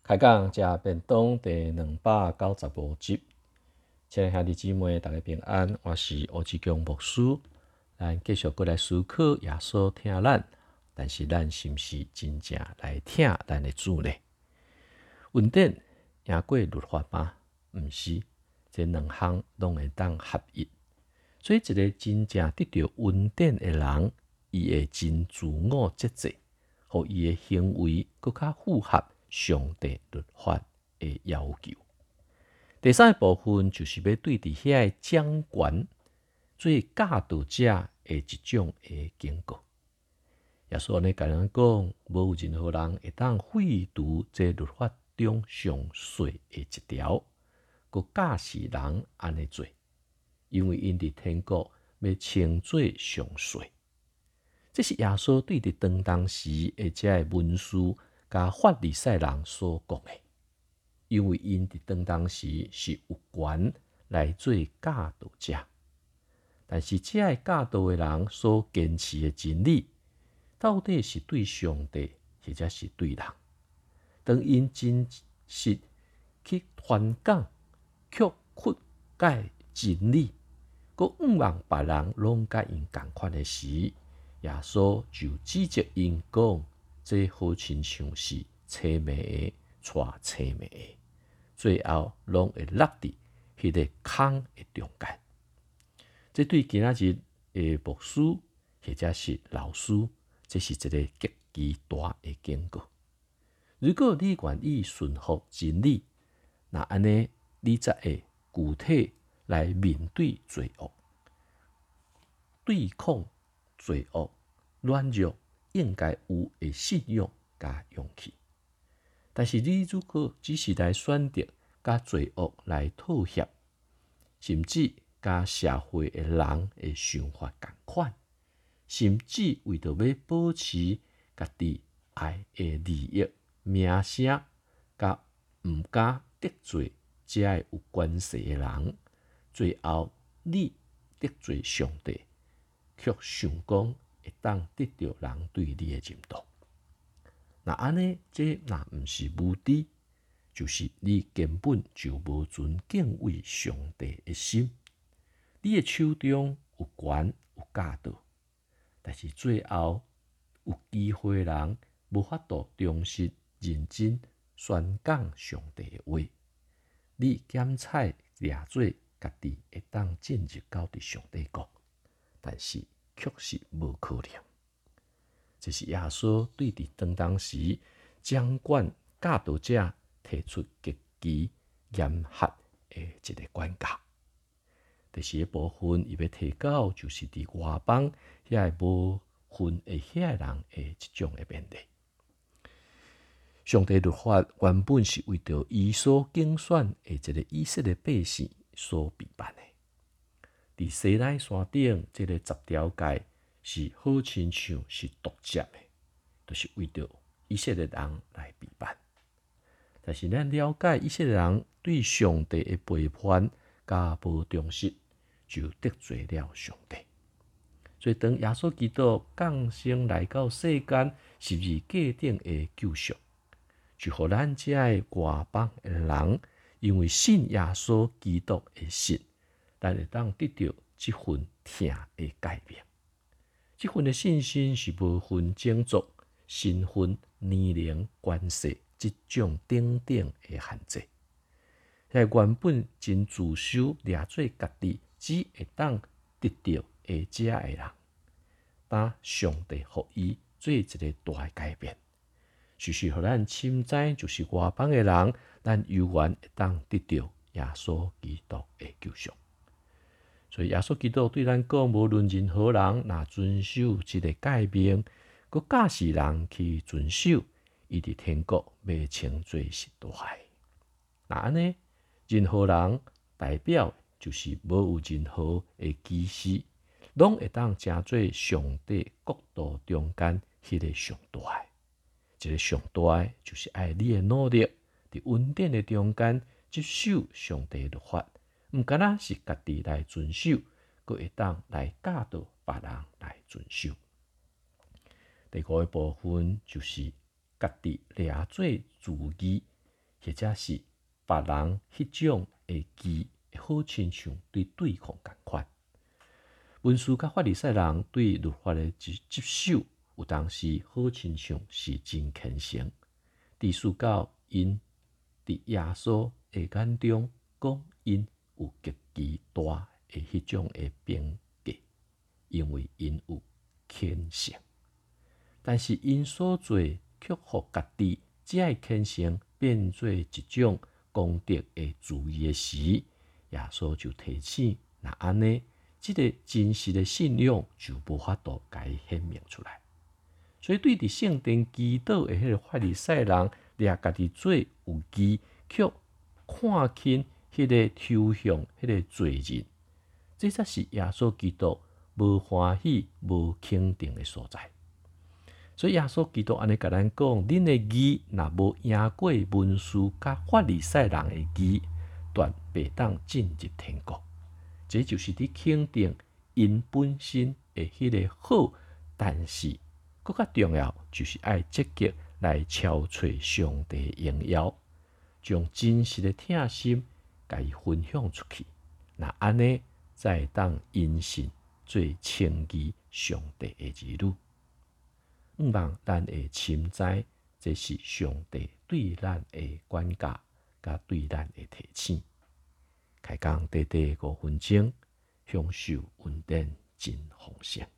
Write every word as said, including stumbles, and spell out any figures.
开讲食便当第两百九十五集，亲爱兄弟姊妹，大家平安，我是欧志强牧师。咱继续过来思考耶稣听咱，但是咱是毋是真正来听咱的主呢？稳定赢过律法吗？毋是，这两项拢会当合一。所以，一个真正得到稳定的人，伊会真自我节制，互伊的行为更较符合上帝律法的要求。第三个部分就是要对伫遐的掌权做教导者的一种的警告。耶稣安尼甲咱讲，无有任何人会当废除这律法中上细的一条，佮教示人安尼做，因为因伫天国要称做上细。这是耶稣对伫当当时的这个文士甲法利赛人所讲的，因为因伫当当时是有权来做教导者，但是这个教导的人所坚持的真理，到底是对上帝，或者是对人？当因真实去传讲、却覆盖真理，佮毋望别人拢甲因共款的时，耶稣就指责因讲，这好亲像是青梅的带青梅的，最后拢会落伫迄个坑的中间。这对今仔日的牧师或者是老师，这是一个极其大的警告。如果你愿意顺服真理，那安尼你才会具体来面对罪恶，对抗罪恶、软弱应该有的信用甲勇气。但是你如果只是来选择甲罪恶来妥协，甚至甲社会的人的想法同款，甚至为着要保持家己爱的利益、名声，甲毋敢得罪这个有关系的人，最后你得罪上帝，却想讲会当得到人对你的认同。那安尼，这若毋是无知，就是你根本就无存敬畏上帝的心。你的手中有权有教导，但是最后有机会的人无法度忠实认真宣讲上帝的话。你检采掠做家己会当进入到伫上帝国，但是确实无可能。这是耶稣对伫当当时掌管教导者提出极其严苛的一个管教。第四个部分，伊要提到就是伫外邦遐个无分的遐个人的一种的问题。上帝律法原本是为着伊所竞选的一个以色列百姓所备办的。伫西奈山顶，这个十条诫是好亲像是独接的，就是为着以色列人来备办。但是咱了解以色列人对上帝的背叛甲无忠实，就得罪了上帝。所以当耶稣基督降生来到世间，十字架顶的救赎，就互咱这个外邦的人，因为信耶稣基督的信，咱会当得到这份疼的改变。这份的信心是无分种族、身份、年龄、关系这种等等的限制。在原本真自私、掠做家己只会当得到的这的人，当上帝予伊做一个大的改变，就是，互咱深知，就是外邦的人，咱犹原会当得到耶稣基督的救赎。所以耶稣基督对咱讲，无论任何人若遵守这个诫命，佮教示人去遵守，伊伫天国要称做是大的。那安尼，任何人代表就是无有任何的歧视，拢会当成做上帝国度中间迄个上大的。这个上大的就是爱你的努力，伫稳定的中间接受上帝的律法，毋敢若是家己来遵守，佮会当来教导别人来遵守。第五个部分就是家己掠做自义， 或者是别人迄种的义，会好亲像对对方共款。文士甲法利赛人对律法的接接受，有当时好亲像是真虔诚，致使到因伫耶稣的眼中，讲因有极其大的迄种的边界，因为因有虔诚。但是因所做却互家己这虔诚变做一种功德的主义的时，耶稣就提醒：那安尼，这个真实的信仰就无法度甲伊显明出来。所以对伫圣殿祈祷的迄个法利赛人，掠家己做有义，却看轻迄个抽象迄个罪人，这才是耶稣基督无欢喜、无肯定的所在。所以耶稣基督安尼甲咱讲：恁的义若无赢过文士甲法利赛人的义，断袂当进入天国。这就是伫肯定因本身的迄个好，但是更较重要，就是爱积极来超找上帝的荣耀，将真实的疼心甲伊分享出去。那安尼，才会当因信做称义上帝的儿女。毋望咱会深知，这是上帝对咱的管教，甲对咱的提醒。开讲短短五分钟，享受稳定真丰盛。